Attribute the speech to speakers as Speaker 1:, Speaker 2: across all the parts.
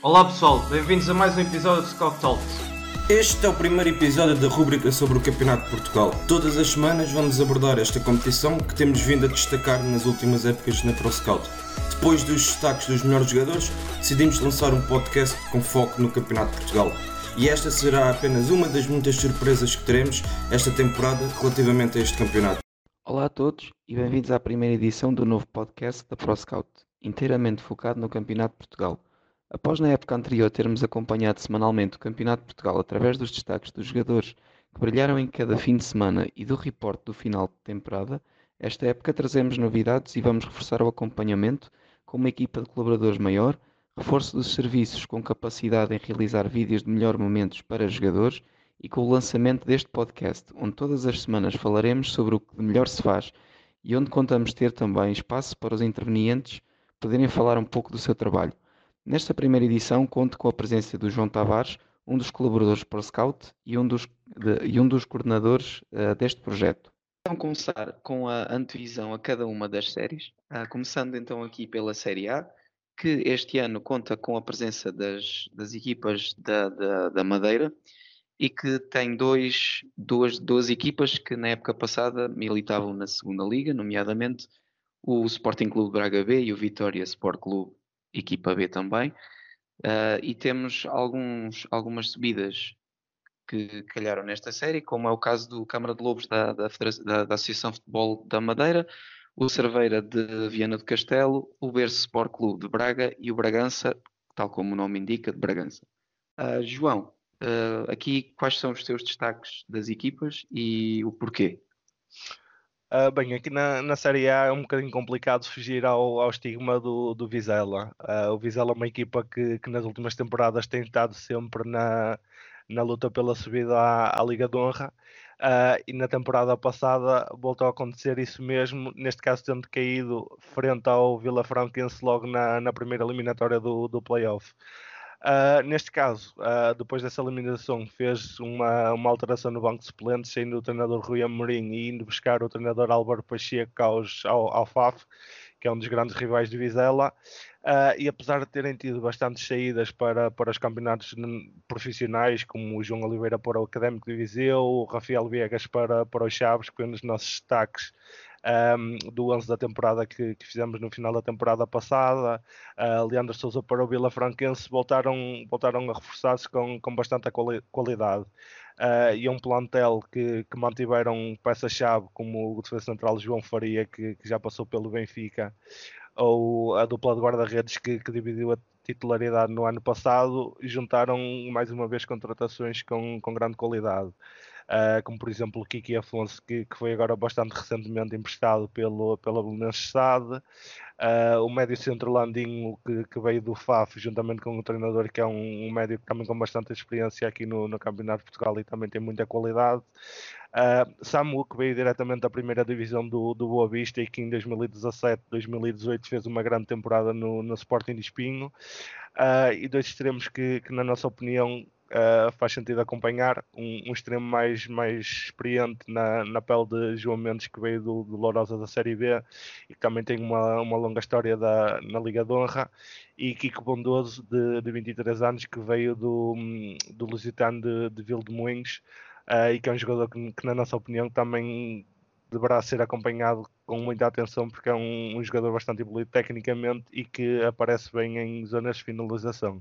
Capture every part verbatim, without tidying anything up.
Speaker 1: Olá pessoal, bem-vindos a mais um episódio de Scout Talks.
Speaker 2: Este é o primeiro episódio da rúbrica sobre o Campeonato de Portugal. Todas as semanas vamos abordar esta competição que temos vindo a destacar nas últimas épocas na ProScout. Depois dos destaques dos melhores jogadores, decidimos lançar um podcast com foco no Campeonato de Portugal. E esta será apenas uma das muitas surpresas que teremos esta temporada relativamente a este campeonato.
Speaker 3: Olá a todos e bem-vindos à primeira edição do novo podcast da ProScout, inteiramente focado no Campeonato de Portugal. Após na época anterior termos acompanhado semanalmente o Campeonato de Portugal através dos destaques dos jogadores que brilharam em cada fim de semana e do reporte do final de temporada, esta época trazemos novidades e vamos reforçar o acompanhamento com uma equipa de colaboradores maior, reforço dos serviços com capacidade em realizar vídeos de melhor momentos para jogadores e com o lançamento deste podcast, onde todas as semanas falaremos sobre o que de melhor se faz e onde contamos ter também espaço para os intervenientes poderem falar um pouco do seu trabalho. Nesta primeira edição, conto com a presença do João Tavares, um dos colaboradores ProScout e um dos, de, e um dos coordenadores uh, deste projeto. Vamos começar com a antevisão a cada uma das séries, uh, começando então aqui pela Série A, que este ano conta com a presença das, das equipas da, da, da Madeira e que tem dois, duas, duas equipas que na época passada militavam na segunda Liga, nomeadamente o Sporting Clube Braga B e o Vitória Sport Clube equipa B também, uh, e temos alguns, algumas subidas que calharam nesta série, como é o caso do Câmara de Lobos da, da, da, da Associação de Futebol da Madeira, o Cerveira de Viana do Castelo, o Berço Sport Clube de Braga e o Bragança, tal como o nome indica, de Bragança. Uh, João, uh, aqui quais são os teus destaques das equipas e o porquê?
Speaker 4: Uh, bem, aqui na, na Série A é um bocadinho complicado fugir ao, ao estigma do, do Vizela. Uh, o Vizela é uma equipa que, que nas últimas temporadas tem estado sempre na, na luta pela subida à, à Liga de Honra, uh, e na temporada passada voltou a acontecer isso mesmo, neste caso tendo caído frente ao Vila Franquense logo na, na primeira eliminatória do, do play-off. Uh, neste caso, uh, depois dessa eliminação, fez uma, uma alteração no banco de suplentes, saindo o treinador Rui Amorim e indo buscar o treinador Álvaro Pacheco aos, ao, ao F A F, que é um dos grandes rivais de Vizela. Uh, e apesar de terem tido bastantes saídas para, para os campeonatos profissionais, como o João Oliveira para o Académico de Viseu, o Rafael Viegas para, para os Chaves, que foi um dos nossos destaques Um, do onze da temporada que, que fizemos no final da temporada passada, uh, Leandro Sousa para o Vila Franquense, voltaram, voltaram a reforçar-se com, com bastante quali- qualidade. Uh, e um plantel que, que mantiveram peça-chave como o defesa central João Faria, que, que já passou pelo Benfica, ou a dupla de guarda-redes que, que dividiu a titularidade no ano passado, e juntaram mais uma vez contratações com, com grande qualidade. Uh, como por exemplo o Kiki Afonso, que, que foi agora bastante recentemente emprestado pelo, pela Belenenses S A D, uh, o médio centro Landinho, que, que veio do F A F, juntamente com o treinador, que é um, um médio também com bastante experiência aqui no, no Campeonato de Portugal e também tem muita qualidade. Uh, Samu, que veio diretamente da primeira divisão do, do Boa Vista e que em dois mil e dezassete, dois mil e dezoito fez uma grande temporada no, no Sporting de Espinho. Uh, e dois extremos que, que na nossa opinião Uh, faz sentido acompanhar, um, um extremo mais, mais experiente na, na pele de João Mendes, que veio do, do Lourosa da Série B e que também tem uma, uma longa história da, na Liga de Honra, e Kiko Bondoso, de, de vinte e três anos, que veio do, do Lusitano de, de Vildemoinhos, uh, e que é um jogador que, que na nossa opinião também deverá ser acompanhado com muita atenção, porque é um, um jogador bastante evoluído tecnicamente e que aparece bem em zonas de finalização.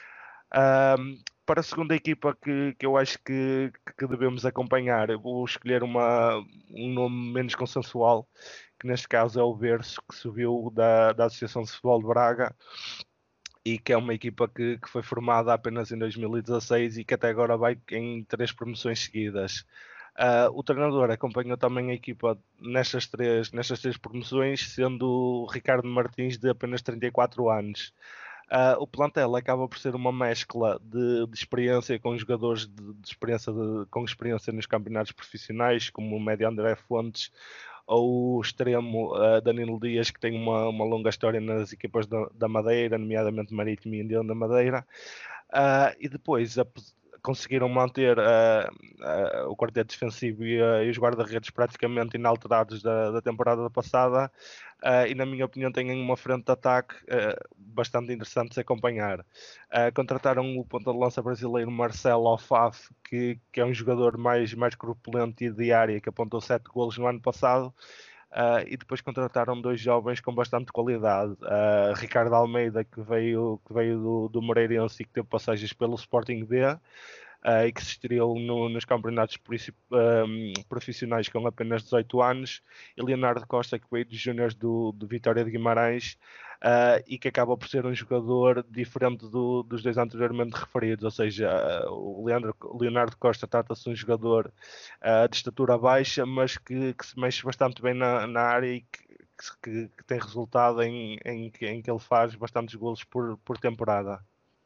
Speaker 4: Um, para a segunda equipa que, que eu acho que, que devemos acompanhar, eu vou escolher uma, um nome menos consensual, que neste caso é o Berço, que subiu da, da Associação de Futebol de Braga e que é uma equipa que, que foi formada apenas em dois mil e dezasseis e que até agora vai em três promoções seguidas. Uh, o treinador acompanhou também a equipa nestas três, nestas três promoções, sendo o Ricardo Martins, de apenas trinta e quatro anos. Uh, o plantel acaba por ser uma mescla de, de experiência com jogadores de, de experiência de, com experiência nos campeonatos profissionais, como o médio André Fontes ou o extremo uh, Danilo Dias, que tem uma, uma longa história nas equipas da, da Madeira, nomeadamente Marítimo e Indião da Madeira. Uh, e depois, a, conseguiram manter uh, uh, o quarteto defensivo e, uh, e os guarda-redes praticamente inalterados da, da temporada passada, uh, e na minha opinião têm uma frente de ataque uh, bastante interessante de se acompanhar. Uh, contrataram o ponta de lança brasileiro Marcelo Alfaf, que, que é um jogador mais, mais corpulento e de área, que apontou sete golos no ano passado. Uh, e depois contrataram dois jovens com bastante qualidade, uh, Ricardo Almeida, que veio, que veio do, do Moreirense e que teve passagens pelo Sporting B, uh, e que se estreou no, nos campeonatos um, profissionais com apenas dezoito anos, e Leonardo Costa, que veio dos júniores do, do Vitória de Guimarães, uh, e que acaba por ser um jogador diferente do, dos dois anteriormente referidos, ou seja, uh, o Leandro, Leonardo Costa trata-se de um jogador uh, de estatura baixa, mas que, que se mexe bastante bem na, na área e que, que, que tem resultado em, em, em que ele faz bastantes golos por, por temporada.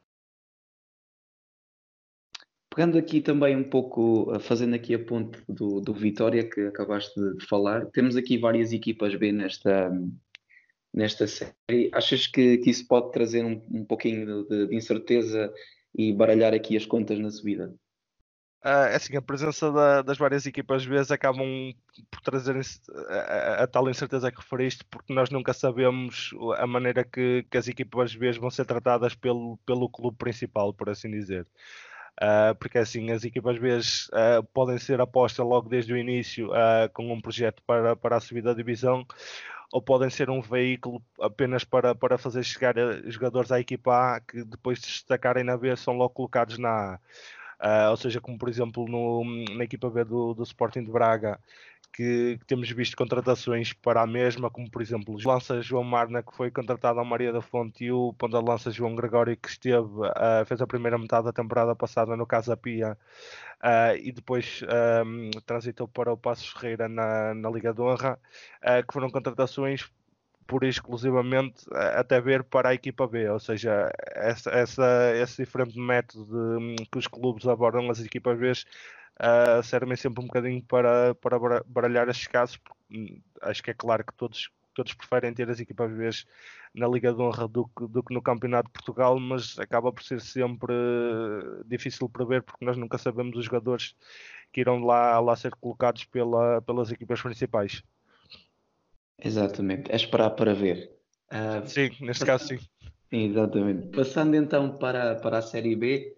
Speaker 3: Pegando aqui também um pouco, fazendo aqui a ponte do, do Vitória que acabaste de falar, temos aqui várias equipas B nesta, nesta série. Achas que, que isso pode trazer um, um pouquinho de, de incerteza e baralhar aqui as contas na subida?
Speaker 4: Uh, assim, a presença da, das várias equipas B acabam por trazer a, a, a tal incerteza que referiste, porque nós nunca sabemos a maneira que, que as equipas B vão ser tratadas pelo, pelo clube principal, por assim dizer. Uh, porque assim, as equipas B uh, podem ser apostas logo desde o início uh, com um projeto para, para a subida da divisão, ou podem ser um veículo apenas para, para fazer chegar jogadores à equipa A que depois de se destacarem na B são logo colocados na A. Uh, ou seja, como por exemplo no, na equipa B do, do Sporting de Braga, que, que temos visto contratações para a mesma, como por exemplo o lança João Marna, que foi contratado ao Maria da Fonte, e o ponta de lança João Gregório, que esteve, uh, fez a primeira metade da temporada passada no Casa Pia, uh, e depois um, transitou para o Passos Ferreira na, na Liga de Honra, uh, que foram contratações por exclusivamente até ver para a equipa B, ou seja, essa, essa, esse diferente método de, que os clubes abordam as equipas B uh, servem sempre um bocadinho para, para baralhar estes casos. Acho que é claro que todos, todos preferem ter as equipas B na Liga de Honra do que, do que no Campeonato de Portugal, mas acaba por ser sempre difícil prever, porque nós nunca sabemos os jogadores que irão lá, lá ser colocados pela, pelas equipas principais.
Speaker 3: Exatamente, é esperar para ver.
Speaker 4: Uh, sim, neste
Speaker 3: passando,
Speaker 4: caso sim.
Speaker 3: Sim, exatamente. Passando então para, para a Série B,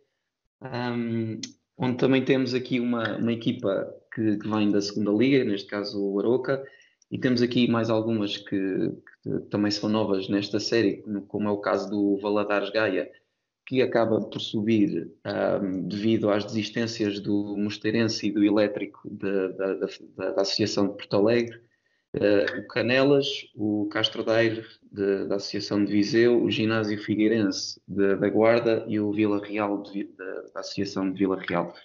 Speaker 3: um, onde também temos aqui uma, uma equipa que, que vem da segunda Liga, neste caso o Aroca, e temos aqui mais algumas que, que também são novas nesta série, como é o caso do Valadares Gaia, que acaba por subir um, devido às desistências do Mosteirense e do Elétrico da, da, da, da Associação de Porto Alegre. Uh, o Canelas, o Castro Daire de, da Associação de Viseu, o Ginásio Figueirense de, da Guarda e o Vila Real de, de, da Associação de Vila Real.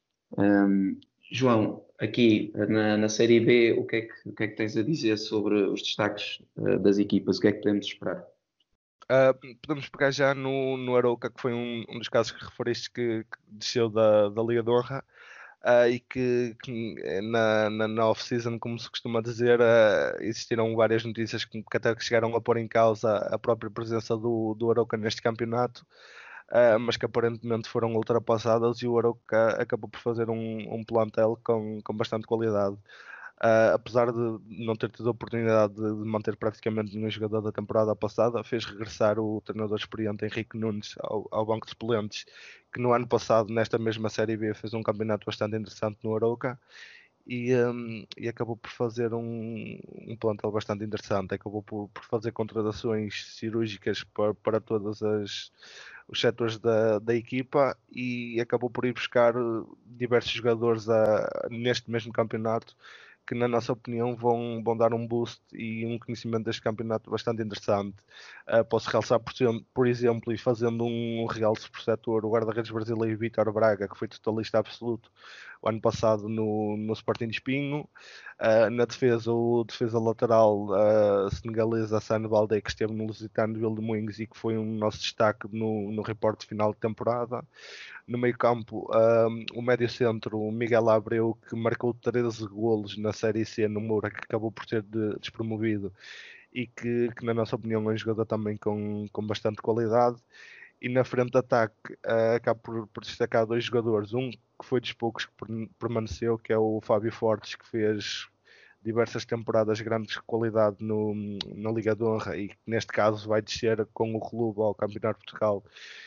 Speaker 3: Um, João, aqui na, na Série B, o que, é que, o que é que tens a dizer sobre os destaques uh, das equipas? O que é que podemos esperar?
Speaker 4: Uh, podemos pegar já no, no Arouca, que foi um, um dos casos que referiste que, que desceu da, da Liga de Honra. Uh, e que, que na, na, na off-season, como se costuma dizer, uh, existiram várias notícias que, que até chegaram a pôr em causa a própria presença do, do Arouca neste campeonato, uh, mas que aparentemente foram ultrapassadas, e o Arouca acabou por fazer um, um plantel com, com bastante qualidade. Uh, apesar de não ter tido a oportunidade de, de manter praticamente nenhum jogador da temporada passada, fez regressar o treinador experiente Henrique Nunes ao, ao banco de suplentes, que no ano passado, nesta mesma Série B, fez um campeonato bastante interessante no Arouca, e, um, e acabou por fazer um, um plantel bastante interessante. Acabou por, por fazer contratações cirúrgicas para, para todos as, os setores da, da equipa, e acabou por ir buscar diversos jogadores a, neste mesmo campeonato, que na nossa opinião vão, vão dar um boost e um conhecimento deste campeonato bastante interessante. Uh, posso realçar, por, por exemplo, e fazendo um realce por setor, o guarda-redes brasileiro Vítor Braga, que foi totalista absoluto o ano passado no, no Sporting de Espinho. Uh, na defesa, o defesa lateral uh, senegalês Hassan Baldé, que esteve no Lusitano de Vilmoinhos e que foi um nosso destaque no, no reporte final de temporada. No meio campo, um, o médio centro, o Miguel Abreu, que marcou treze golos na Série C no Moura, que acabou por ser de, despromovido, e que, que na nossa opinião é um jogador também com, com bastante qualidade. e na frente de ataque uh, acabo por, por destacar dois jogadores, um que foi dos poucos que permaneceu, que é o Fábio Fortes, que fez diversas temporadas de grande qualidade no, na Liga de Honra e que neste caso vai descer com o clube ao Campeonato de Portugal,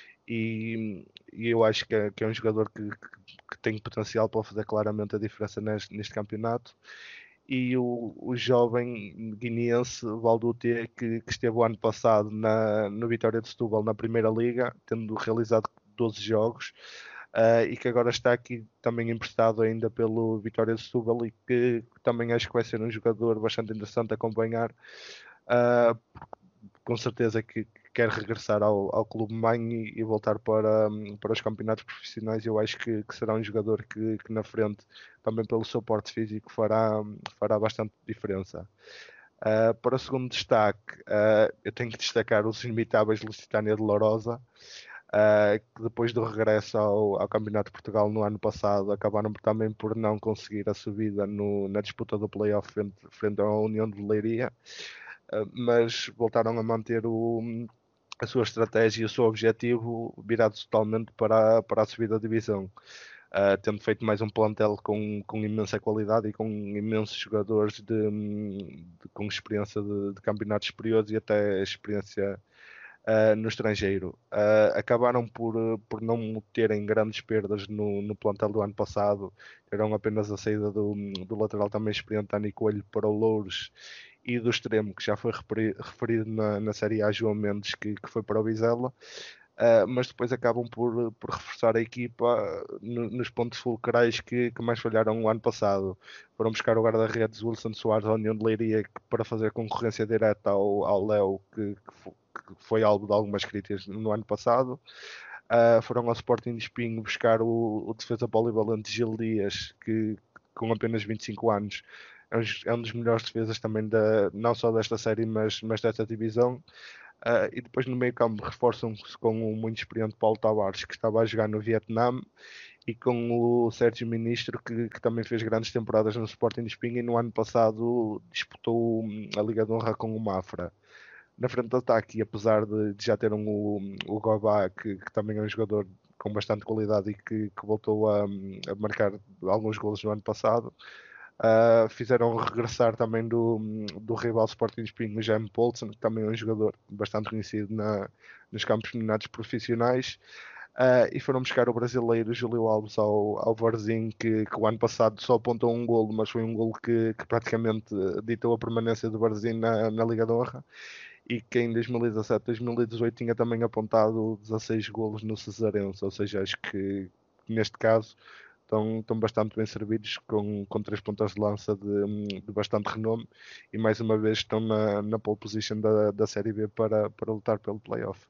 Speaker 4: e, e eu acho que é, que é um jogador que, que, que tem potencial para fazer claramente a diferença neste, neste campeonato. E o, o jovem guineense Valdute, que, que esteve o ano passado na, no Vitória de Setúbal na Primeira Liga, tendo realizado doze jogos, uh, e que agora está aqui também emprestado ainda pelo Vitória de Setúbal, e que, que também acho que vai ser um jogador bastante interessante a acompanhar, uh, com certeza que, que quer regressar ao, ao clube mãe e, e voltar para, para os campeonatos profissionais. Eu acho que, que será um jogador que, que na frente, também pelo seu porte físico, fará, fará bastante diferença. Uh, para o segundo destaque, uh, eu tenho que destacar os inimitáveis Lusitânia de Lourosa, uh, que depois do regresso ao, ao Campeonato de Portugal no ano passado, acabaram também por não conseguir a subida no, na disputa do play-off frente, frente à União de Leiria, uh, mas voltaram a manter o, a sua estratégia e o seu objetivo virado totalmente para, para a subida da divisão. Uh, tendo feito mais um plantel com, com imensa qualidade e com imensos jogadores de, de, com experiência de, de campeonatos superiores e até experiência uh, no estrangeiro. Uh, acabaram por, por não terem grandes perdas no, no plantel do ano passado, terão apenas a saída do, do lateral também experiente Dani Coelho para o Louros, e do extremo, que já foi referido na, na Série A, João Mendes, que, que foi para o Vizela. Uh, mas depois acabam por, por reforçar a equipa no, nos pontos fulcrais que, que mais falharam o ano passado. Foram buscar o guarda-redes Wilson Soares à União de Leiria para fazer concorrência direta ao, ao Léo, que, que foi alvo de algumas críticas no ano passado. Uh, foram ao Sporting de Espinho buscar o, o defesa polivalente Gil Dias, que com apenas vinte e cinco anos é um, é um dos melhores defesas também, da, não só desta série, mas, mas desta divisão. Uh, e depois no meio campo reforçam-se com o muito experiente Paulo Tavares, que estava a jogar no Vietnã, e com o Sérgio Ministro, que, que também fez grandes temporadas no Sporting de Espinho e no ano passado disputou a Liga de Honra com o Mafra. Na frente do ataque, e apesar de, de já ter um, o, o Gobá, que, que também é um jogador com bastante qualidade e que, que voltou a, a marcar alguns golos no ano passado, Uh, fizeram regressar também do, do rival Sporting Espinho, o Jaime Poulsen, que também é um jogador bastante conhecido na, nos campos minados profissionais, uh, e foram buscar o brasileiro Júlio Alves ao, ao Varzim, que, que o ano passado só apontou um golo, mas foi um golo que, que praticamente ditou a permanência do Varzim na, na Liga de Honra, e que em dois mil e dezassete, dois mil e dezoito tinha também apontado dezasseis golos no Cesarense, ou seja, acho que neste caso Estão, estão bastante bem servidos, com, com três pontas de lança de, de bastante renome, e mais uma vez estão na, na pole position da, da Série B para, para lutar pelo playoff.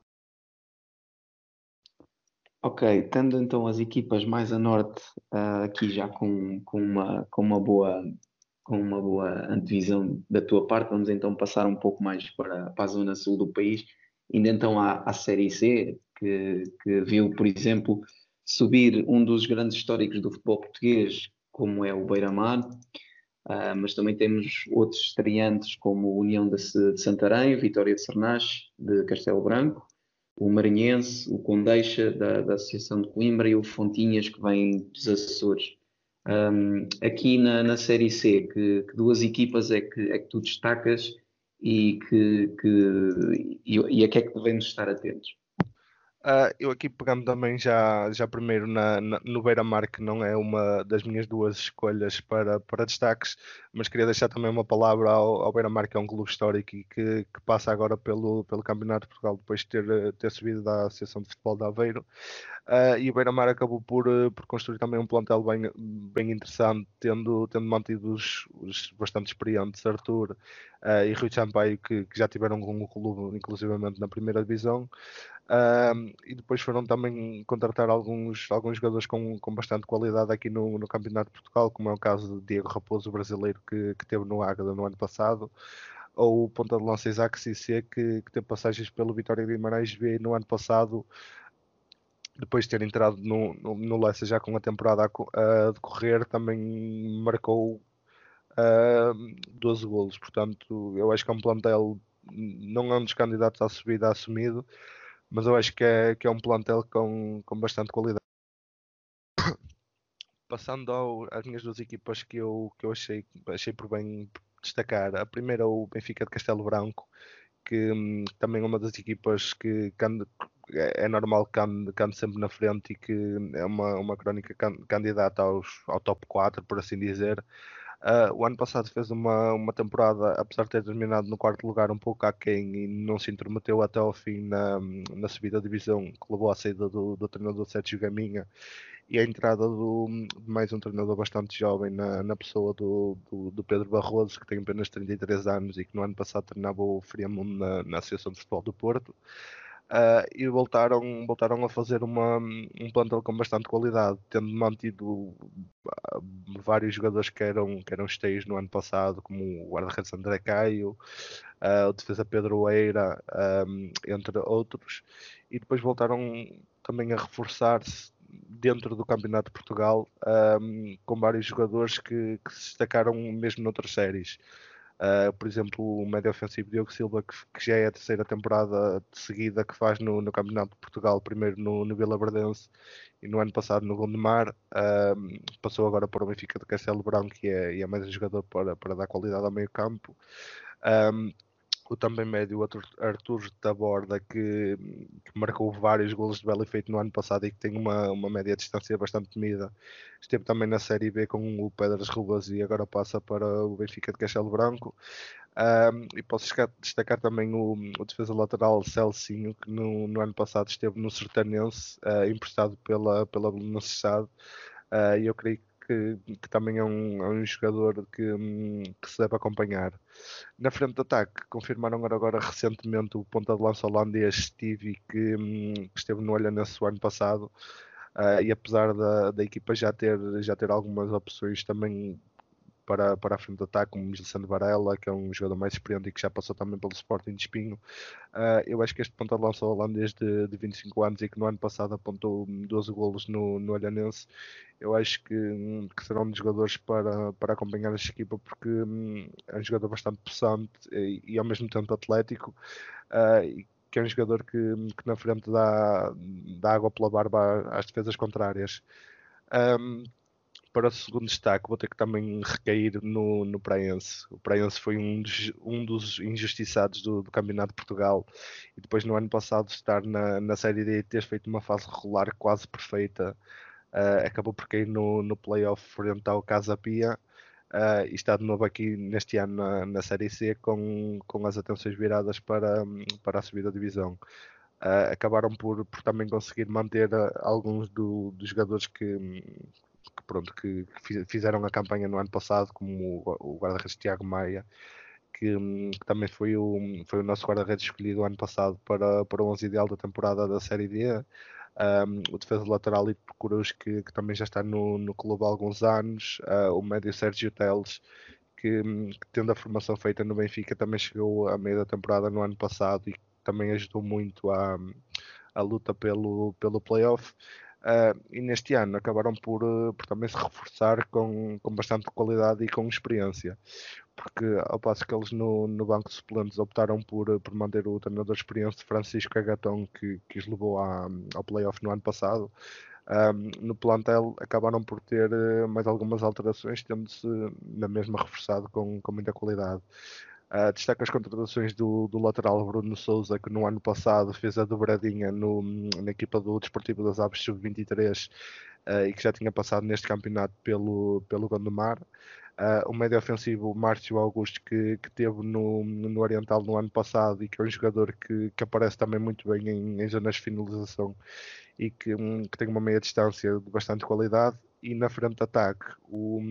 Speaker 3: Ok, tendo então as equipas mais a norte, uh, aqui já com, com, uma, com, uma boa, com uma boa antevisão da tua parte, vamos então passar um pouco mais para, para a zona sul do país, indo então à, à Série C, que, que viu, por exemplo, subir um dos grandes históricos do futebol português, como é o Beira-Mar, uh, mas também temos outros estreantes como o União de, de Santarém, Vitória de Sernach, de Castelo Branco, o Maranhense, o Condeixa, da, da Associação de Coimbra, e o Fontinhas, que vem dos Açores. Um, aqui na, na Série C, que, que duas equipas é que, é que tu destacas e, que, que, e, e a que é que devemos estar atentos?
Speaker 4: Uh, eu aqui pegando também já, já primeiro na, na, no Beira-Mar, que não é uma das minhas duas escolhas para, para destaques, mas queria deixar também uma palavra ao, ao Beira-Mar, que é um clube histórico e que, que passa agora pelo, pelo Campeonato de Portugal, depois de ter, ter subido da Associação de Futebol de Aveiro. Uh, e o Beira-Mar acabou por, por construir também um plantel bem, bem interessante, tendo, tendo mantido os, os bastante experientes Arthur uh, e Rui Sampaio, que, que já tiveram com o clube, inclusivamente na primeira divisão. Uh, e depois foram também contratar alguns, alguns jogadores com, com bastante qualidade aqui no, no Campeonato de Portugal, como é o caso de Diego Raposo, brasileiro, que, que teve no Águeda no ano passado, ou o ponta de lança Isaac Cissé, que, que teve passagens pelo Vitória de Guimarães B no ano passado, depois de ter entrado no, no, no Leicester já com a temporada a, a decorrer, também marcou uh, doze golos. Portanto, eu acho que é um plantel, não é um dos candidatos à subida assumido, mas eu acho que é, que é um plantel com, com bastante qualidade. Passando ao, às minhas duas equipas que eu, que eu achei, achei por bem destacar, a primeira é o Benfica de Castelo Branco, que hum, também é uma das equipas que, que ande- é é normal que ande, que ande sempre na frente e que é uma, uma crónica can- candidata aos, ao top quatro, por assim dizer. Ah, o ano passado fez uma, uma temporada, apesar de ter terminado no quarto lugar, um pouco aquém e não se intrometeu até ao fim na, na subida da divisão, que levou à saída do, do treinador Sérgio Gaminha e a entrada do, de mais um treinador bastante jovem na, na pessoa do, do, do Pedro Barroso, que tem apenas trinta e três anos e que no ano passado treinava o Friamundo na, na Associação de Futebol do Porto. Uh, e voltaram, voltaram a fazer uma, um plantel com bastante qualidade, tendo mantido uh, vários jogadores que eram, que eram esteios no ano passado, como o guarda-redes André Caio, uh, o defesa Pedro Eira, um, entre outros, e depois voltaram também a reforçar-se dentro do Campeonato de Portugal, um, com vários jogadores que, que se destacaram mesmo noutras séries. Uh, por exemplo, o médio ofensivo Diogo Silva, que, que já é a terceira temporada de seguida que faz no, no Campeonato de Portugal, primeiro no, no Vila Verdense e no ano passado no Gondomar. Uh, passou agora para o Benfica de Castelo Branco e é, e é mais um jogador para, para dar qualidade ao meio campo. Um, o também médio Artur Taborda, que, que marcou vários golos de belo efeito no ano passado e que tem uma, uma média de distância bastante temida. Esteve também na Série B com o Pedras Rubas e agora passa para o Benfica de Castelo Branco. Um, e posso destacar também o, o defesa lateral Celcinho, que no, no ano passado esteve no Sertanense, uh, emprestado pela, pela Necessidade. Uh, e eu creio que, que também é um, é um jogador que, um, que se deve acompanhar. Na frente de ataque, confirmaram agora recentemente o ponta de lança holandês Stevie, que, hum, que esteve no Olhanense o ano passado, uh, e apesar da, da equipa já ter, já ter algumas opções também para, para a frente de ataque, como Gilson Varela, que é um jogador mais experiente e que já passou também pelo Sporting de Espinho. Uh, eu acho que este ponta de lança holandês de, de vinte e cinco anos e que no ano passado apontou doze golos no, no Olhanense, eu acho que, que será um dos jogadores para, para acompanhar esta equipa, porque hum, é um jogador bastante possante e, e ao mesmo tempo atlético, uh, e que é um jogador que, que na frente dá, dá água pela barba às defesas contrárias. Um, para o segundo destaque, vou ter que também recair no, no Praense. O Praense foi um dos, um dos injustiçados do, do Campeonato de Portugal e depois no ano passado estar na, na Série D e ter feito uma fase regular quase perfeita, uh, acabou por cair no, no play-off frente ao Casa Pia. Uh, e está de novo aqui neste ano na, na Série C com, com as atenções viradas para, para a subida da divisão. Uh, acabaram por, por também conseguir manter uh, alguns do, dos jogadores que, que, pronto, que, que fizeram a campanha no ano passado, como o, o guarda-redes Tiago Maia, que, que também foi o, foi o nosso guarda-redes escolhido ano passado para, para o onze ideal da temporada da Série D. Um, o defesa lateral e de Cruz, que, que também já está no, no clube há alguns anos, uh, o médio Sérgio Teles, que, que tendo a formação feita no Benfica também chegou a meio da temporada no ano passado e também ajudou muito à, à luta pelo, pelo playoff. Uh, e neste ano acabaram por, por também se reforçar com, com bastante qualidade e com experiência, porque ao passo que eles no, no banco de suplentes optaram por, por manter o treinador experiente Francisco Agatón, que, que os levou à, ao playoff no ano passado. Um, no plantel acabaram por ter uh, mais algumas alterações, tendo-se na mesma reforçado com, com muita qualidade. Uh, destaca as contratações do, do lateral Bruno Souza, que no ano passado fez a dobradinha no, na equipa do Desportivo das Aves sub vinte e três, uh, e que já tinha passado neste campeonato pelo, pelo Gondomar. Uh, o médio ofensivo Márcio Augusto, que, que teve no, no Oriental no ano passado e que é um jogador que, que aparece também muito bem em, em zonas de finalização e que, um, que tem uma meia distância de bastante qualidade. E na frente de ataque, o,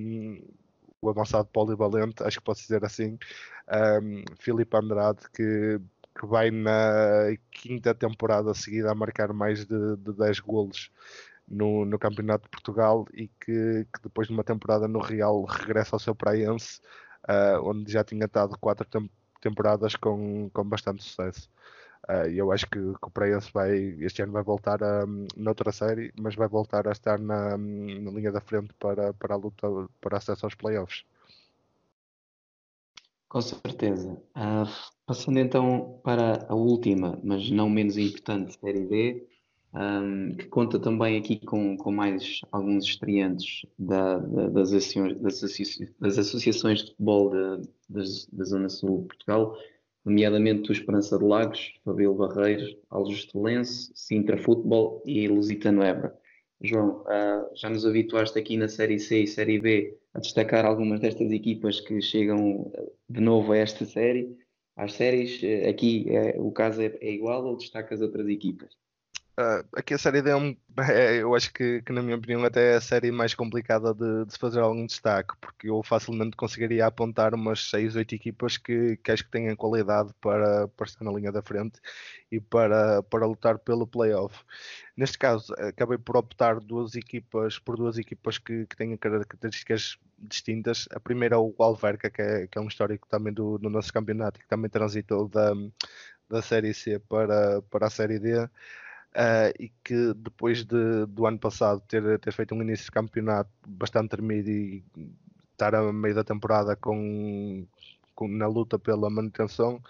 Speaker 4: o avançado polivalente, acho que posso dizer assim, um, Filipe Andrade, que, que vai na quinta temporada seguida a marcar mais de, de dez golos no, no Campeonato de Portugal e que, que depois de uma temporada no Real regressa ao seu Praense, uh, onde já tinha estado quatro tem- temporadas com, com bastante sucesso. E uh, eu acho que, que o Praense vai, este ano vai voltar a, noutra série, mas vai voltar a estar na, na linha da frente para, para a luta para acesso aos playoffs.
Speaker 3: Com certeza. Uh, Passando então para a última, mas não menos importante, Série B, ahm, que conta também aqui com, com mais alguns estreantes da- da- das, associações, das, associa- das associações de futebol da, das- da Zona Sul de Portugal, nomeadamente o Esperança de Lagos, Fabio Barreiros, Aljustelense, Sintra Futebol e Lusitano Évora. João, ah, já nos habituaste aqui na Série C e Série B a destacar algumas destas equipas que chegam eh, de novo a esta série. Às séries, eh, aqui eh, o caso é, é igual ou destacas outras equipas?
Speaker 4: Ah, aqui a série D é, um- é, eu acho que, que, na minha opinião, até é a série mais complicada de, de se fazer algum destaque, porque eu facilmente conseguiria apontar umas seis, oito equipas que, que acho que têm qualidade para, para estar na linha da frente e para, para lutar pelo playoff. Neste caso, acabei por optar duas equipas, por duas equipas que, que têm características distintas. A primeira é o Alverca, que é, que é um histórico também do, do nosso campeonato, que também transitou da, da Série C para, para a Série D. Uh, e que depois de, do ano passado ter, ter feito um início de campeonato bastante tremido e estar a meio da temporada com, com na luta pela manutenção,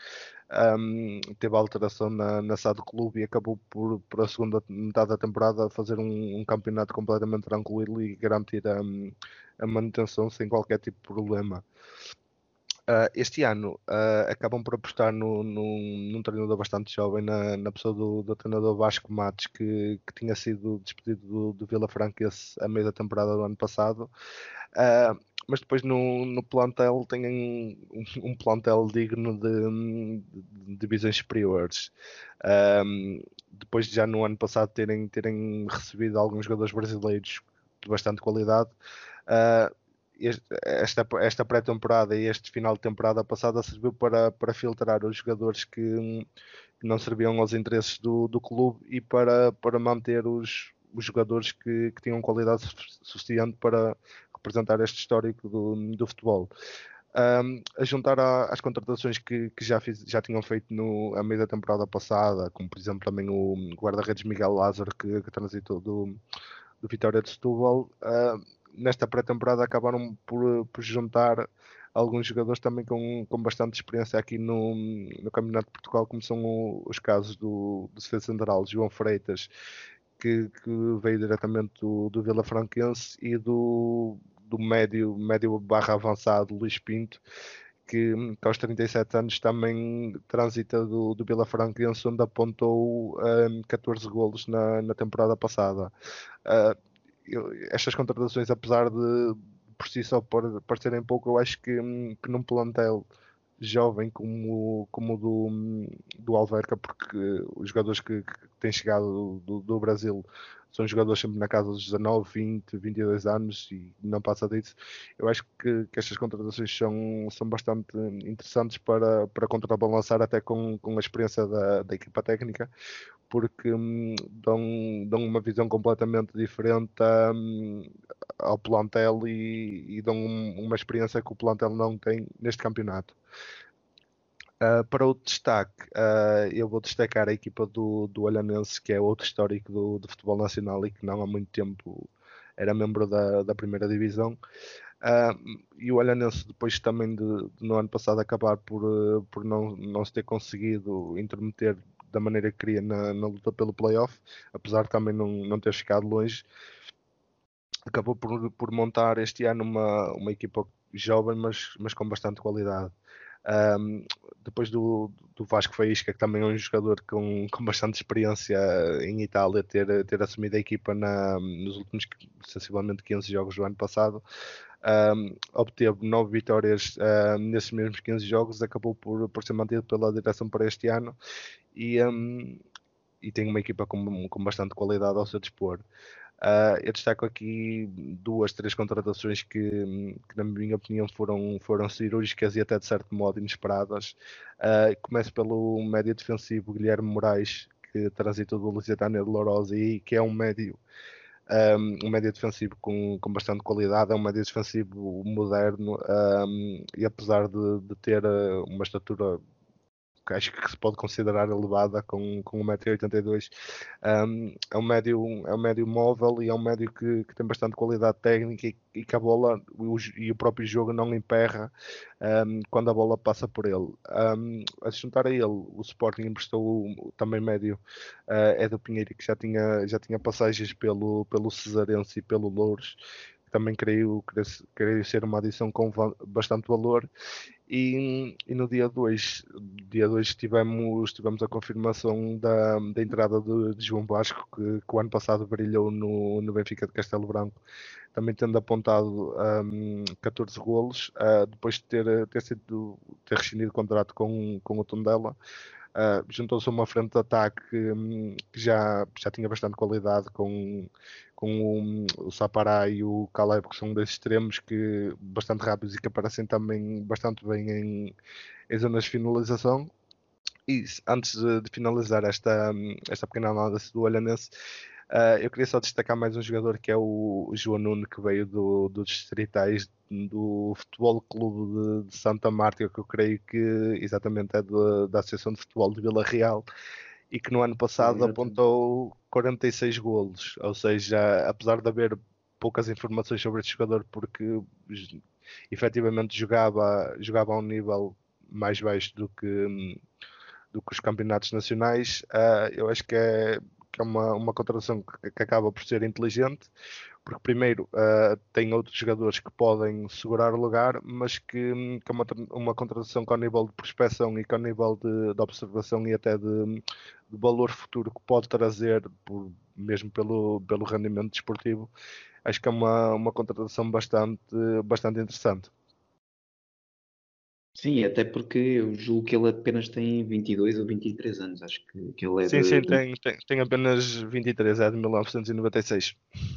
Speaker 4: um, teve alteração na, na S A D Clube e acabou por, por a segunda metade da temporada fazer um, um campeonato completamente tranquilo e garantir a, a manutenção sem qualquer tipo de problema. Uh, este ano uh, acabam por apostar no, no, num treinador bastante jovem, na, na pessoa do, do treinador Vasco Matos, que, que tinha sido despedido do, do Vila Franquense a meio da temporada do ano passado. Uh, mas depois no, no plantel têm um, um plantel digno de, de divisões superiores. Um, depois de já no ano passado terem, terem recebido alguns jogadores brasileiros de bastante qualidade, uh, esta, esta pré-temporada e este final de temporada passada serviu para, para filtrar os jogadores que, que não serviam aos interesses do, do clube e para, para manter os, os jogadores que, que tinham qualidade suficiente para representar este histórico do, do futebol. Um, a juntar a, às contratações que, que já, fiz, já tinham feito no, a meio da temporada passada, como por exemplo também o guarda-redes Miguel Lázaro, que, que transitou do, do Vitória de Setúbal, uh, nesta pré-temporada acabaram por, por juntar alguns jogadores também com, com bastante experiência aqui no, no Campeonato de Portugal, como são o, os casos do, do defesa central João Freitas, que, que veio diretamente do, do Vila Franquense, e do, do médio, médio barra avançado Luís Pinto, que, que aos trinta e sete anos também transita do, do Vila Franquense, onde apontou um, catorze golos na, na temporada passada. Uh, eu, estas contratações, apesar de por si só parecerem pouco, eu acho que, que num plantel jovem como, como o do, do Alverca, porque os jogadores que, que têm chegado do, do Brasil são jogadores sempre na casa dos dezanove, vinte, vinte e dois anos e não passa disso. Eu acho que, que estas contratações são, são bastante interessantes para, para contrabalançar até com, com a experiência da, da equipa técnica, porque hum, dão, dão uma visão completamente diferente hum, ao plantel e, e dão uma experiência que o plantel não tem neste campeonato. Uh, para o destaque, uh, eu vou destacar a equipa do, do Olhanense, que é outro histórico do, do futebol nacional e que não há muito tempo era membro da, da primeira divisão. Uh, e o Olhanense, depois também de, de no ano passado acabar por, uh, por não, não se ter conseguido intermeter da maneira que queria na, na luta pelo playoff, apesar de também não, não ter ficado longe, acabou por, por montar este ano uma, uma equipa jovem, mas, mas com bastante qualidade. Um, depois do, do Vasco Faísca, que também é um jogador com, com bastante experiência em Itália, ter, ter assumido a equipa na, nos últimos sensivelmente quinze jogos do ano passado, um, obteve nove vitórias um, nesses mesmos quinze jogos, acabou por, por ser mantido pela direção para este ano e, um, e tem uma equipa com, com bastante qualidade ao seu dispor. Uh, eu destaco aqui duas, três contratações que, que na minha opinião foram, foram cirúrgicas e até de certo modo inesperadas. Uh, começo pelo médio defensivo Guilherme Moraes, que transitou do Lusitânia de Lourosa e que é um médio um, um médio defensivo com, com bastante qualidade, é um médio defensivo moderno, um, e apesar de, de ter uma estatura que acho que se pode considerar elevada com, com um metro e oitenta e dois. Um, é, um médio, é um médio móvel e é um médio que, que tem bastante qualidade técnica e, e que a bola o, e o próprio jogo não emperra um, quando a bola passa por ele. Um, a juntar a ele, o Sporting emprestou o, também médio uh, é do Pinheiro, que já tinha, já tinha passagens pelo, pelo Cesarense e pelo Louros. Também creio, creio ser uma adição com bastante valor. E, e no dia dois, dia dois tivemos, tivemos a confirmação da, da entrada de, de João Vasco, que, que o ano passado brilhou no, no Benfica de Castelo Branco, também tendo apontado um, catorze golos, uh, depois de ter, ter, sido, ter rescindido o contrato com, com o Tondela. Uh, juntou-se a uma frente de ataque um, que já, já tinha bastante qualidade com, com o, o Sapará e o Caleb, que são dois extremos que, bastante rápidos e que aparecem também bastante bem em, em zonas de finalização. E antes de, de finalizar esta, esta pequena análise do Olhanense, Uh, eu queria só destacar mais um jogador que é o João Nuno, que veio do, do Distritais do Futebol Clube de, de Santa Marta, que eu creio que exatamente é de, da Associação de Futebol de Vila Real, e que no ano passado Exatamente. apontou quarenta e seis golos, ou seja, apesar de haver poucas informações sobre este jogador, porque efetivamente jogava, jogava a um nível mais baixo do que, do que os campeonatos nacionais, uh, eu acho que é que é uma, uma contratação que, que acaba por ser inteligente, porque primeiro uh, tem outros jogadores que podem segurar o lugar, mas que, que é uma, uma contratação com o nível de prospecção e com o nível de, de observação e até de, de valor futuro que pode trazer, por, mesmo pelo, pelo rendimento desportivo, acho que é uma, uma contratação bastante, bastante interessante.
Speaker 3: Sim, até porque eu julgo que ele apenas tem vinte e dois ou vinte e três anos, acho que, que ele é
Speaker 4: Sim,
Speaker 3: de...
Speaker 4: sim, tem, tem, tem apenas vinte e três, é de mil novecentos e noventa e seis.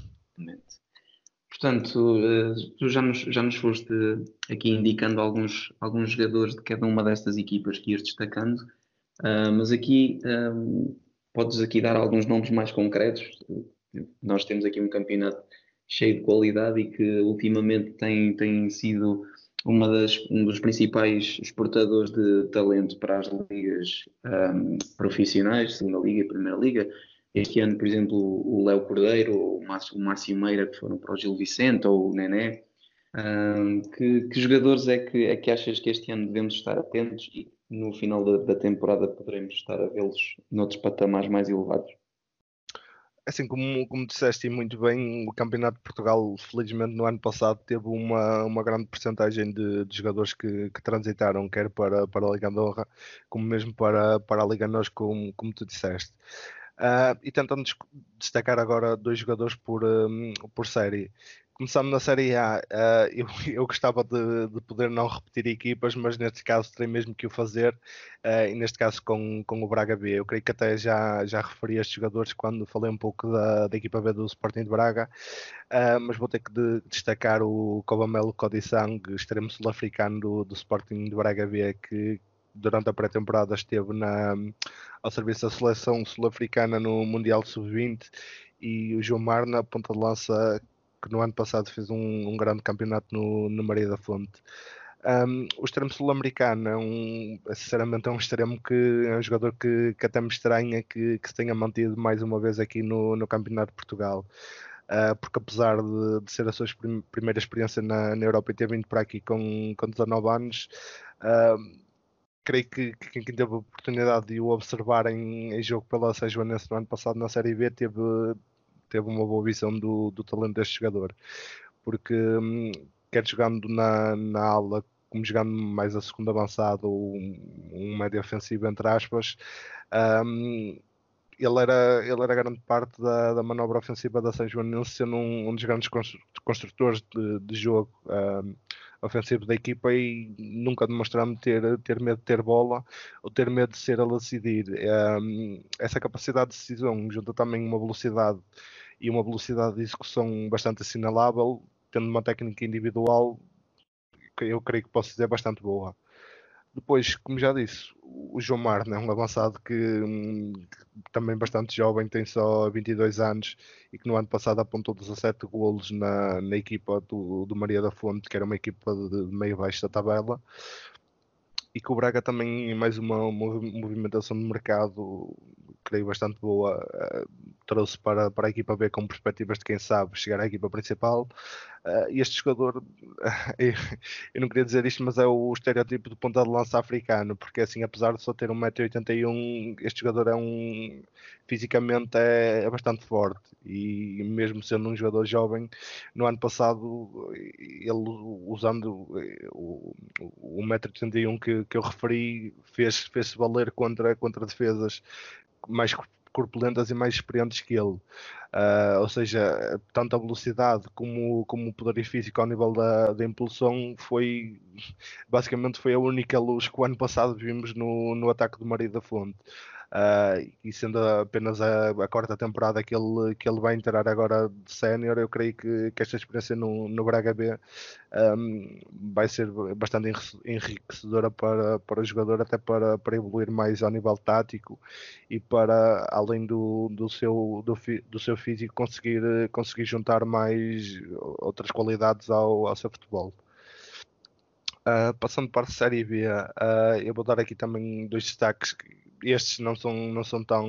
Speaker 3: Portanto, tu já nos, já nos foste aqui indicando alguns, alguns jogadores de cada uma destas equipas que ias destacando, uh, mas aqui um, podes aqui dar alguns nomes mais concretos. Nós temos aqui um campeonato cheio de qualidade e que ultimamente tem, tem sido uma das, um dos principais exportadores de talento para as ligas um, profissionais, Segunda Liga e Primeira Liga. Este ano, por exemplo, o Léo Cordeiro, ou o Márcio, o Márcio Meira, que foram para o Gil Vicente, ou o Nené. Um, que, que jogadores é que, é que achas que este ano devemos estar atentos e no final da, da temporada poderemos estar a vê-los noutros patamares mais elevados?
Speaker 4: Assim, como, como disseste muito bem, o Campeonato de Portugal, felizmente, no ano passado teve uma, uma grande percentagem de, de jogadores que, que transitaram, quer para, para a Liga Andorra, como mesmo para, para a Liga Nós, como, como tu disseste. Uh, e tentando destacar agora dois jogadores por, um, por série. Começando na Série A, uh, eu, eu gostava de, de poder não repetir equipas, mas neste caso terei mesmo que o fazer, uh, e neste caso com, com o Braga B. Eu creio que até já, já referi a estes jogadores quando falei um pouco da, da equipa B do Sporting de Braga, uh, mas vou ter que de, destacar o Cobamelo Kodisang, extremo sul-africano do, do Sporting de Braga B, que durante a pré-temporada esteve na, ao serviço da seleção sul-africana no Mundial sub vinte, e o João Marna, ponta de lança, que no ano passado fez um, um grande campeonato no, no Maria da Fonte. Um, o extremo sul-americano é um, sinceramente é um extremo que é um jogador que, que até me estranha que, que se tenha mantido mais uma vez aqui no, no Campeonato de Portugal. Uh, porque apesar de, de ser a sua prim- primeira experiência na, na Europa e ter vindo para aqui com, com dezanove anos, uh, creio que, que quem teve a oportunidade de o observar em, em jogo pela Sejoanense no ano passado na Série B teve, teve uma boa visão do, do talento deste jogador, porque hum, quer jogando na, na ala, como jogando mais a segunda avançada ou um, um médio ofensivo, entre aspas, hum, ele, era, ele era grande parte da, da manobra ofensiva da Sejoanense, sendo um, um dos grandes construtores de, de jogo hum, ofensivo da equipa, e nunca demonstrando ter, ter medo de ter bola ou ter medo de ser ele a decidir. Um, essa capacidade de decisão junta também uma velocidade e uma velocidade de execução bastante assinalável, tendo uma técnica individual que eu creio que posso dizer bastante boa. Depois, como já disse, o João Marna é um avançado que, que também bastante jovem, tem só vinte e dois anos, e que no ano passado apontou dezassete golos na, na equipa do, do Maria da Fonte, que era uma equipa de meio baixo da tabela. e que o Braga também é mais uma, uma movimentação de mercado, creio bastante boa, uh, trouxe para, para a equipa B com perspectivas de quem sabe chegar à equipa principal. Uh, este jogador, uh, eu não queria dizer isto, mas é o estereótipo de ponta de lança africano, porque assim, apesar de só ter um metro e oitenta e um, este jogador é um fisicamente é, é bastante forte, e mesmo sendo um jogador jovem, no ano passado ele usando o, o um metro e oitenta e um que, que eu referi, fez, fez-se valer contra, contra defesas mais corpulentas e mais experientes que ele. Uh, ou seja, tanto a velocidade como, como o poder físico ao nível da, da impulsão foi basicamente foi a única luz que o ano passado vimos no, no ataque do Maria da Fonte. Uh, e sendo apenas a, a quarta temporada que ele, que ele vai entrar agora de sénior, eu creio que, que esta experiência no, no Braga B um, vai ser bastante enriquecedora para, para o jogador, até para, para evoluir mais ao nível tático e para, além do, do, seu, do, do seu físico, conseguir, conseguir juntar mais outras qualidades ao, ao seu futebol. Uh, passando para a Série B, uh, eu vou dar aqui também dois destaques. Estes não são, não são tão,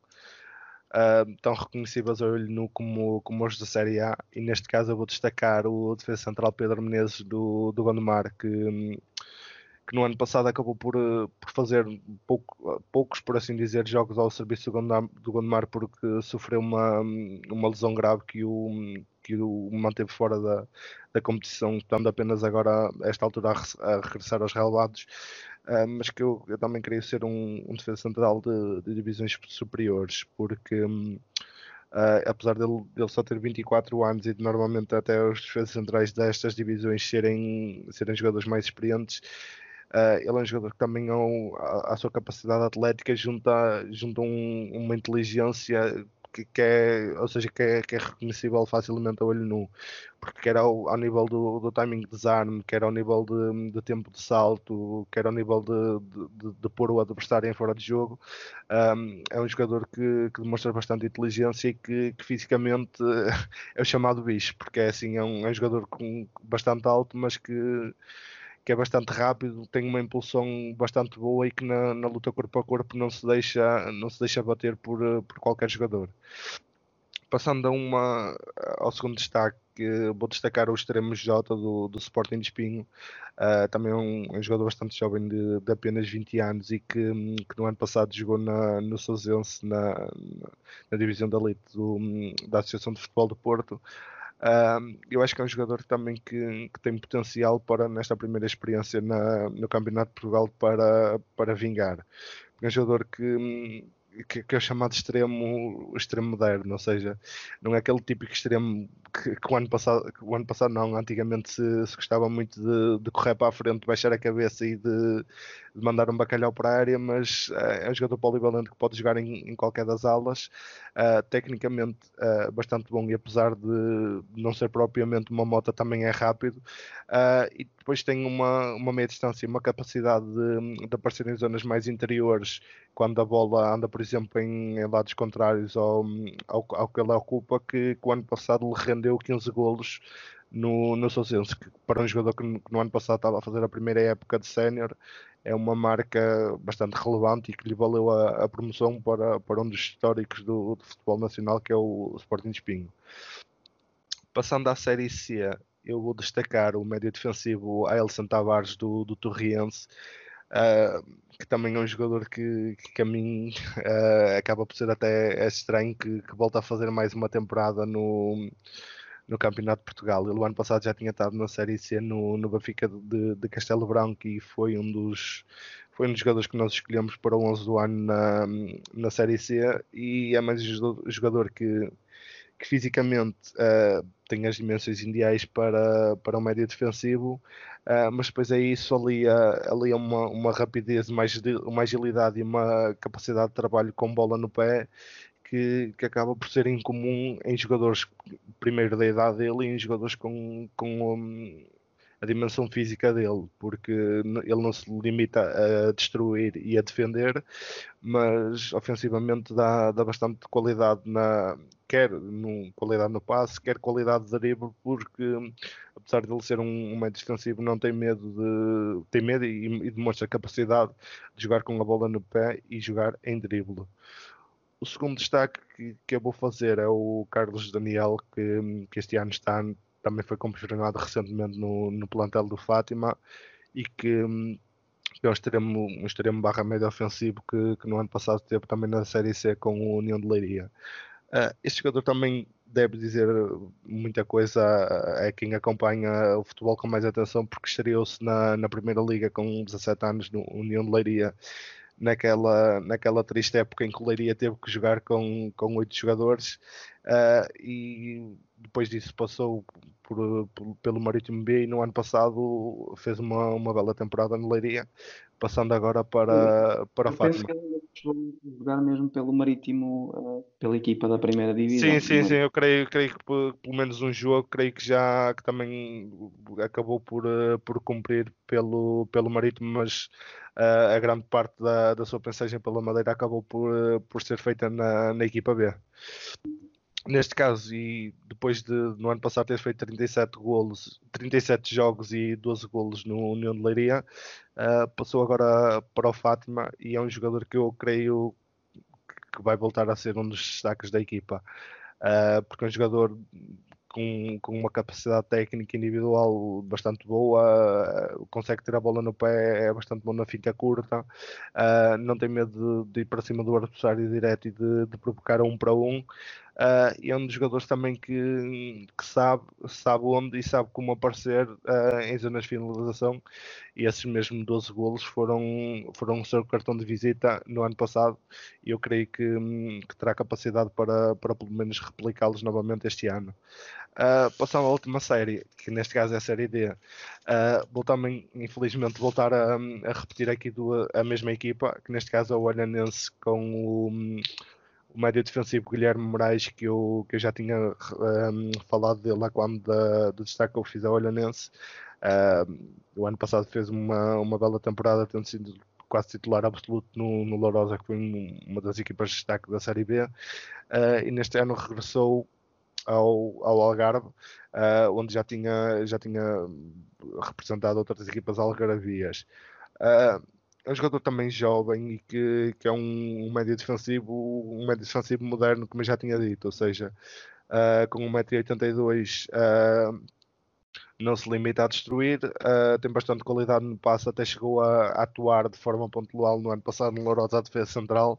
Speaker 4: uh, tão reconhecíveis ao olho nu como, como os da Série A, e neste caso eu vou destacar o defesa central Pedro Menezes do, do Gondomar, que, que no ano passado acabou por, por fazer pouco, poucos, por assim dizer, jogos ao serviço do Gondomar, do Gondomar porque sofreu uma, uma lesão grave que o, que o manteve fora da, da competição, estando apenas agora a esta altura a, a regressar aos relevados. Uh, mas que eu, eu também queria ser um, um defesa central de, de divisões superiores, porque um, uh, apesar dele, dele só ter vinte e quatro anos e de normalmente até os defesas centrais destas divisões serem, serem jogadores mais experientes, uh, ele é um jogador que também ao, à, à sua capacidade atlética junta, junta um, uma inteligência que, que é, ou seja, que é, que é reconhecível facilmente a olho nu, porque quer ao, ao nível do, do timing de desarme, quer ao nível de, de tempo de salto, quer ao nível de, de, de, de pôr o adversário em fora de jogo, um, é um jogador que, que demonstra bastante inteligência e que, que fisicamente é o chamado bicho, porque é assim, é um, é um jogador com bastante alto, mas que que é bastante rápido, tem uma impulsão bastante boa e que na, na luta corpo a corpo não se deixa, não se deixa bater por, por qualquer jogador. Passando a uma, ao segundo destaque, vou destacar o extremo Jota do, do Sporting de Espinho, uh, também é um, um jogador bastante jovem de, de apenas vinte anos e que, que no ano passado jogou na, no Sousense, na, na, na divisão da elite do, da Associação de Futebol do Porto. Uh, eu acho que é um jogador também que, que tem potencial para, nesta primeira experiência na, no Campeonato de Portugal, para, para vingar. É um jogador que, que, que é chamado extremo, extremo moderno, ou seja, não é aquele típico extremo que, que o ano passado, que o ano passado não, antigamente se, se gostava muito de, de correr para a frente, baixar a cabeça e de, de mandar um bacalhau para a área, mas uh, é um jogador polivalente que pode jogar em, em qualquer das alas, uh, tecnicamente uh, bastante bom, e apesar de não ser propriamente uma moto, também é rápido, uh, e depois tem uma, uma meia distância, uma capacidade de, de aparecer em zonas mais interiores, quando a bola anda, por exemplo, em, em lados contrários ao, ao, ao que ele ocupa, que, que o ano passado lhe rendeu quinze golos no, no Sousense, que para um jogador que no, que no ano passado estava a fazer a primeira época de sénior, é uma marca bastante relevante e que lhe valeu a, a promoção para, para um dos históricos do, do futebol nacional, que é o Sporting de Espinho. Passando à Série C, eu vou destacar o médio defensivo Ailson Tavares do, do Torriense, uh, que também é um jogador que, que a mim uh, acaba por ser até estranho que, que volta a fazer mais uma temporada no, no Campeonato de Portugal. Ele o ano passado já tinha estado na Série C no, no Benfica de, de Castelo Branco e foi um dos foi um dos jogadores que nós escolhemos para o onze do ano na, na Série C, e é mais um jogador que que fisicamente uh, tem as dimensões ideais para, para um médio defensivo, uh, mas depois é isso, ali, uh, ali é uma, uma rapidez, uma, uma agilidade e uma capacidade de trabalho com bola no pé que, que acaba por ser incomum em jogadores, primeiro da idade dele, e em jogadores com, com um, a dimensão física dele, porque ele não se limita a destruir e a defender, mas ofensivamente dá, dá bastante qualidade, na, quer no, qualidade no passe, quer qualidade de drible, porque apesar de ele ser um, um médio defensivo, não tem medo de tem medo e, e demonstra capacidade de jogar com a bola no pé e jogar em drible. O segundo destaque que, que eu vou fazer é o Carlos Daniel, que, que este ano está, também foi confirmado recentemente no, no plantel do Fátima e que é um extremo, um extremo barra médio ofensivo que, que no ano passado teve também na Série C com o União de Leiria. Uh, este jogador também deve dizer muita coisa a, a quem acompanha o futebol com mais atenção, porque estreou-se na, na Primeira Liga com dezassete anos no União de Leiria, naquela, naquela triste época em que o Leiria teve que jogar com, com oito jogadores, uh, e depois disso passou por, por, pelo Marítimo B e no ano passado fez uma, uma bela temporada no Leiria, passando agora para, para o Fátima.
Speaker 3: Penso que ele chegou a jogar mesmo pelo Marítimo, uh, pela equipa da primeira divisão.
Speaker 4: Sim, sim, sim, eu creio, creio que por, pelo menos um jogo, creio que já que também acabou por, uh, por cumprir pelo, pelo Marítimo, mas uh, a grande parte da, da sua passagem pela Madeira acabou por, uh, por ser feita na, na equipa B. Neste caso, e depois de no ano passado ter feito trinta e sete golos, trinta e sete jogos e doze golos no União de Leiria, uh, passou agora para o Fátima e é um jogador que eu creio que vai voltar a ser um dos destaques da equipa, uh, porque é um jogador com, com uma capacidade técnica individual bastante boa, uh, consegue ter a bola no pé, é bastante bom na finta curta, uh, não tem medo de, de ir para cima do adversário direto e de, de provocar um para um. Uh, e é um dos jogadores também que, que sabe, sabe onde e sabe como aparecer uh, em zonas de finalização, e esses mesmo doze golos foram, foram o seu cartão de visita no ano passado e eu creio que, que terá capacidade para, para pelo menos replicá-los novamente este ano. Uh, passando à última série, que neste caso é a série D, uh, vou também infelizmente voltar a, a repetir aqui do, a mesma equipa, que neste caso é o Olhanense, com o o médio defensivo Guilherme Moraes, que eu, que eu já tinha um, falado dele lá quando da, do destaque que eu fiz ao Olhanense. Uh, o ano passado fez uma, uma bela temporada, tendo sido quase titular absoluto no, no Lourosa, que foi uma das equipas de destaque da Série B, uh, e neste ano regressou ao, ao Algarve, uh, onde já tinha, já tinha representado outras equipas algarvias. Uh, É um jogador também jovem e que, que é um, um médio defensivo, um médio defensivo moderno, como eu já tinha dito, ou seja, uh, com um metro e oitenta e dois uh, não se limita a destruir, uh, tem bastante qualidade no passe, até chegou a, a atuar de forma pontual no ano passado no Lourosa, a defesa central,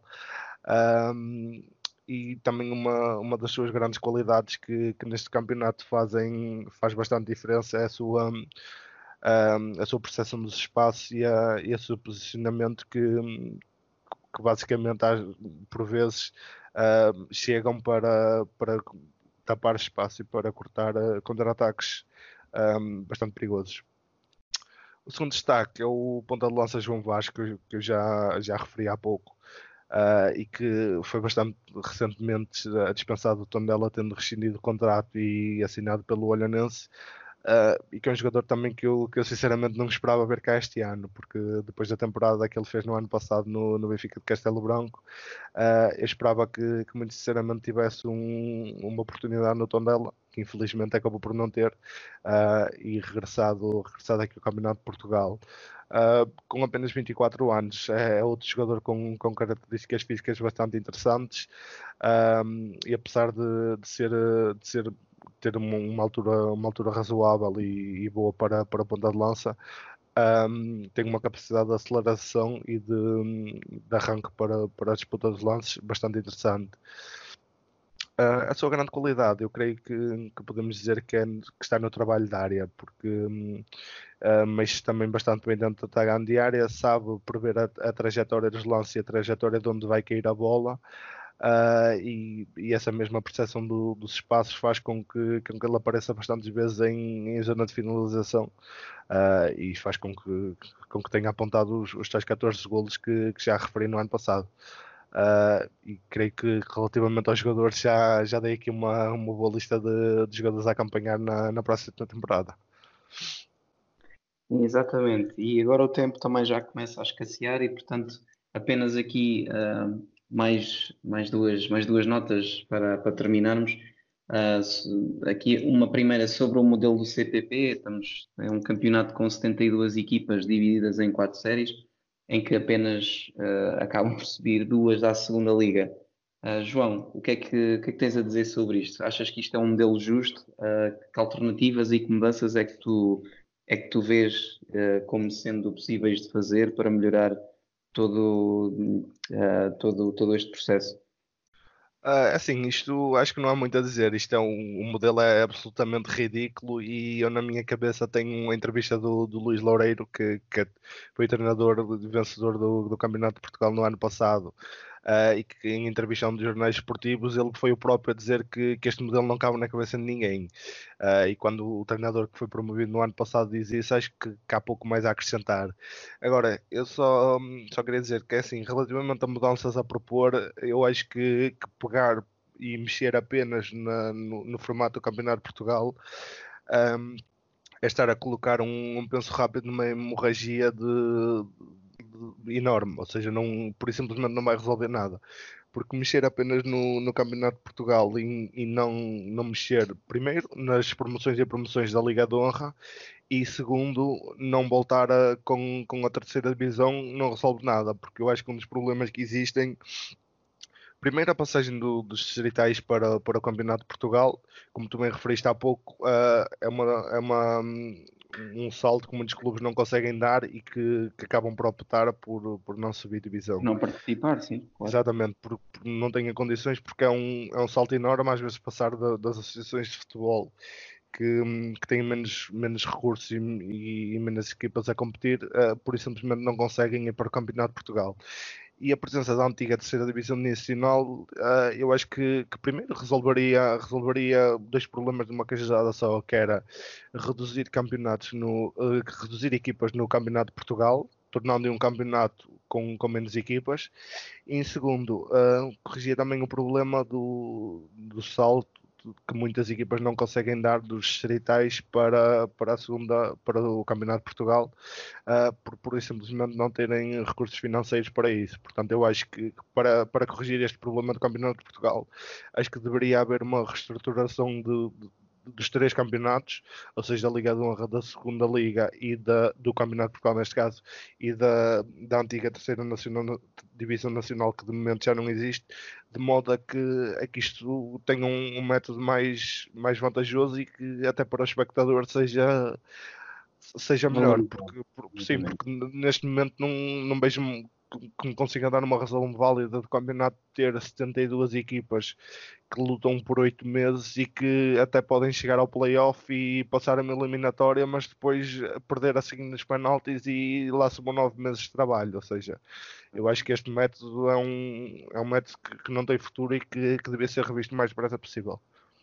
Speaker 4: um, e também uma, uma das suas grandes qualidades que, que neste campeonato fazem, faz bastante diferença é a sua... Um, a sua percepção dos espaços e, a, e o seu posicionamento que, que basicamente por vezes uh, chegam para, para tapar espaço e para cortar uh, contra-ataques um, bastante perigosos. O segundo destaque é o ponta de lança João Vasco, que eu já, já referi há pouco, uh, e que foi bastante recentemente dispensado do Tondela, tendo rescindido o contrato e assinado pelo Olhanense. Uh, e que é um jogador também que eu, que eu sinceramente não esperava ver cá este ano, porque depois da temporada que ele fez no ano passado no, no Benfica de Castelo Branco, uh, eu esperava que, que muito sinceramente tivesse um, uma oportunidade no Tondela, que infelizmente acabou por não ter, uh, e regressado, regressado aqui ao Campeonato de Portugal. Uh, com apenas vinte e quatro anos, é outro jogador com, com características físicas bastante interessantes, uh, e apesar de, de ser, de ser ter uma, uma, altura, uma altura razoável e, e boa para, para a ponta de lança, um, tem uma capacidade de aceleração e de, de arranque para, para a disputa dos lances bastante interessante. Uh, a sua grande qualidade, eu creio que, que podemos dizer que, é, que está no trabalho da área, porque uh, mexe também bastante bem dentro da grande área, sabe prever a, a trajetória dos lances e a trajetória de onde vai cair a bola. Uh, e, e essa mesma percepção do, dos espaços faz com que, com que ele apareça bastantes vezes em, em zona de finalização, uh, e faz com que, com que tenha apontado os, os tais catorze golos que, que já referi no ano passado. Uh, e creio que relativamente aos jogadores já, já dei aqui uma, uma boa lista de, de jogadores a acompanhar na, na próxima temporada.
Speaker 3: Exatamente. E agora o tempo também já começa a escassear e, portanto, apenas aqui ah, mais, mais duas, mais duas notas para, para terminarmos. Ah, se- aqui uma primeira sobre o modelo do C P P. Estamos, é um campeonato com setenta e duas equipas divididas em quatro séries, em que apenas ah, acabam por subir duas à segunda liga. Ah, João, o que é que, o que é que tens a dizer sobre isto? Achas que isto é um modelo justo? Ah, que alternativas e que mudanças é que tu é que tu vês eh, como sendo possíveis de fazer para melhorar todo, eh, todo, todo este processo?
Speaker 4: Ah, assim, isto acho que não há muito a dizer. Isto é um, o modelo é absolutamente ridículo e eu na minha cabeça tenho uma entrevista do, do Luís Loureiro, que, que foi treinador vencedor do, do Campeonato de Portugal no ano passado, ah, e que em entrevista a um dos jornais esportivos ele foi o próprio a dizer que, que este modelo não cabe na cabeça de ninguém. Ah, e quando o treinador que foi promovido no ano passado diz isso, acho que, que há pouco mais a acrescentar. Agora, eu só, só queria dizer que, é assim, relativamente a mudanças a propor, eu acho que, que pegar e mexer apenas na- no, no formato do Campeonato de Portugal, um, é estar a colocar um, um penso rápido numa hemorragia de, de- enorme, ou seja, não, por isso simplesmente não vai resolver nada. Porque mexer apenas no, no Campeonato de Portugal e, e não, não mexer, primeiro, nas promoções e promoções da Liga de Honra, e segundo, não voltar a, com, com a terceira divisão não resolve nada, porque eu acho que um dos problemas que existem, primeiro a passagem do, dos distritais para, para o Campeonato de Portugal, como tu bem referiste há pouco, uh, é, uma, é uma, um salto que muitos clubes não conseguem dar e que, que acabam por optar por, por não subir divisão.
Speaker 3: Não participar, sim, claro.
Speaker 4: Exatamente, porque, porque não têm condições, porque é um, é um salto enorme, às vezes passar da, das associações de futebol que, que têm menos, menos recursos e, e, e menos equipas a competir, uh, por isso simplesmente não conseguem ir para o Campeonato de Portugal. E a presença da antiga terceira divisão nacional, uh, eu acho que, que primeiro resolveria, resolveria dois problemas de uma cajadada só, que era reduzir campeonatos no, uh, reduzir equipas no Campeonato de Portugal, tornando um campeonato com, com menos equipas. E em segundo, uh, corrigia também o problema do, do salto que muitas equipas não conseguem dar dos distritais para, para a segunda, para o Campeonato de Portugal, uh, por, por simplesmente não terem recursos financeiros para isso. Portanto, eu acho que para, para corrigir este problema do Campeonato de Portugal, acho que deveria haver uma reestruturação de, de dos três campeonatos, ou seja, da Liga de Honra, da Segunda Liga e da, do Campeonato de Portugal, neste caso, e da, da antiga Terceira nacional, Divisão Nacional, que de momento já não existe, de modo a que, a que isto tenha um, um método mais, mais vantajoso e que até para o espectador seja, seja melhor,
Speaker 3: Valorizar,
Speaker 4: porque por- sim,
Speaker 3: exatamente.
Speaker 4: porque neste momento não, não vejo que me consiga dar uma razão válida do campeonato ter setenta e duas equipas que lutam por oito meses e que até podem chegar ao playoff e passar a uma eliminatória, mas depois perder assim nos penaltis e lá se vão nove meses de trabalho. Ou seja, eu acho que este método é um, é um método que, que não tem futuro e que, que devia ser revisto o mais depressa possível.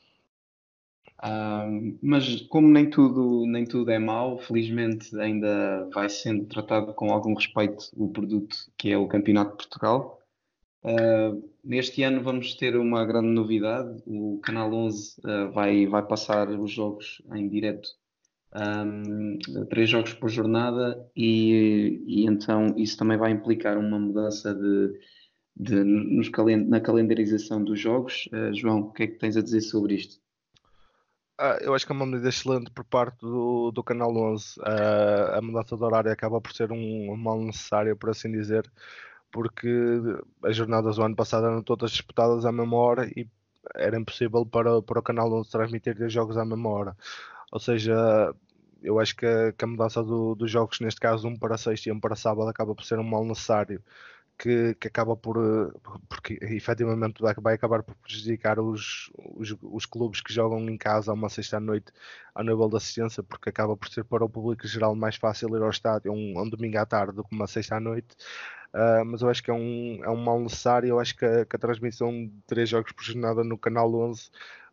Speaker 3: Ah, mas como nem tudo, nem tudo é mau, felizmente ainda vai sendo tratado com algum respeito o produto que é o Campeonato de Portugal. Uh, neste ano vamos ter uma grande novidade. O Canal onze uh, vai, vai passar os jogos em direto, um, três jogos por jornada, e, e então isso também vai implicar uma mudança de, de- nos calen- na calendarização dos jogos. Uh, João, o que é que tens a dizer sobre isto?
Speaker 4: Ah, eu acho que é uma medida excelente por parte do, do Canal onze. Ah, a mudança de horário acaba por ser um, um mal necessário, por assim dizer, porque as jornadas do ano passado eram todas disputadas à mesma hora e era impossível para, para o Canal onze transmitir os jogos à mesma hora. Ou seja, eu acho que a, que a mudança do- dos jogos, neste caso um para sexta e um para sábado, acaba por ser um mal necessário que, que acaba por, eh, porque efetivamente vai, vai acabar por prejudicar os, os, os clubes que jogam em casa uma sexta à noite ao nível da assistência, porque acaba por ser para o público geral mais fácil ir ao estádio um, um domingo à tarde do que uma sexta à noite. Uh, mas eu acho que é um, é um mal necessário. Eu acho que a, que a transmissão de três jogos por jornada no Canal onze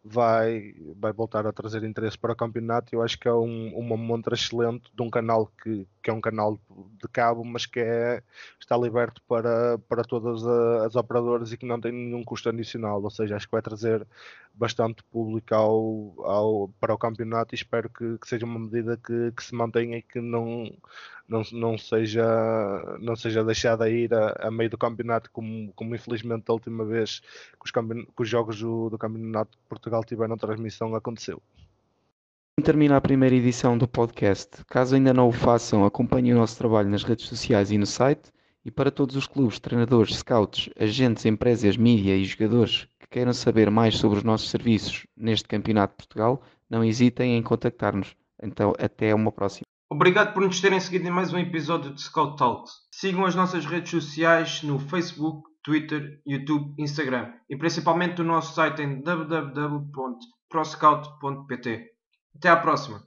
Speaker 4: vai, vai voltar a trazer interesse para o campeonato. Eu acho que é um, uma montra excelente de um canal que, que é um canal de cabo, mas que é, está liberto para, para todas as operadoras e que não tem nenhum custo adicional. Ou seja, acho que vai trazer bastante público ao, ao, para o campeonato, e espero que, que seja uma medida que, que se mantenha e que não, não, não, seja, não seja deixada a ir a, a meio do campeonato, como, como infelizmente da última vez que os, que os jogos do, do Campeonato de Portugal tiveram transmissão aconteceu.
Speaker 3: Termina a primeira edição do podcast. Caso ainda não o façam, acompanhem o nosso trabalho nas redes sociais e no site. E para todos os clubes, treinadores, scouts, agentes, empresas, mídia e jogadores que queiram saber mais sobre os nossos serviços neste Campeonato de Portugal, não hesitem em contactar-nos. Então, até uma próxima.
Speaker 1: Obrigado por nos terem seguido em mais um episódio de Scout Talks. Sigam as nossas redes sociais no Facebook, Twitter, YouTube, Instagram e principalmente o nosso site em w w w ponto proscout ponto p t. Até à próxima!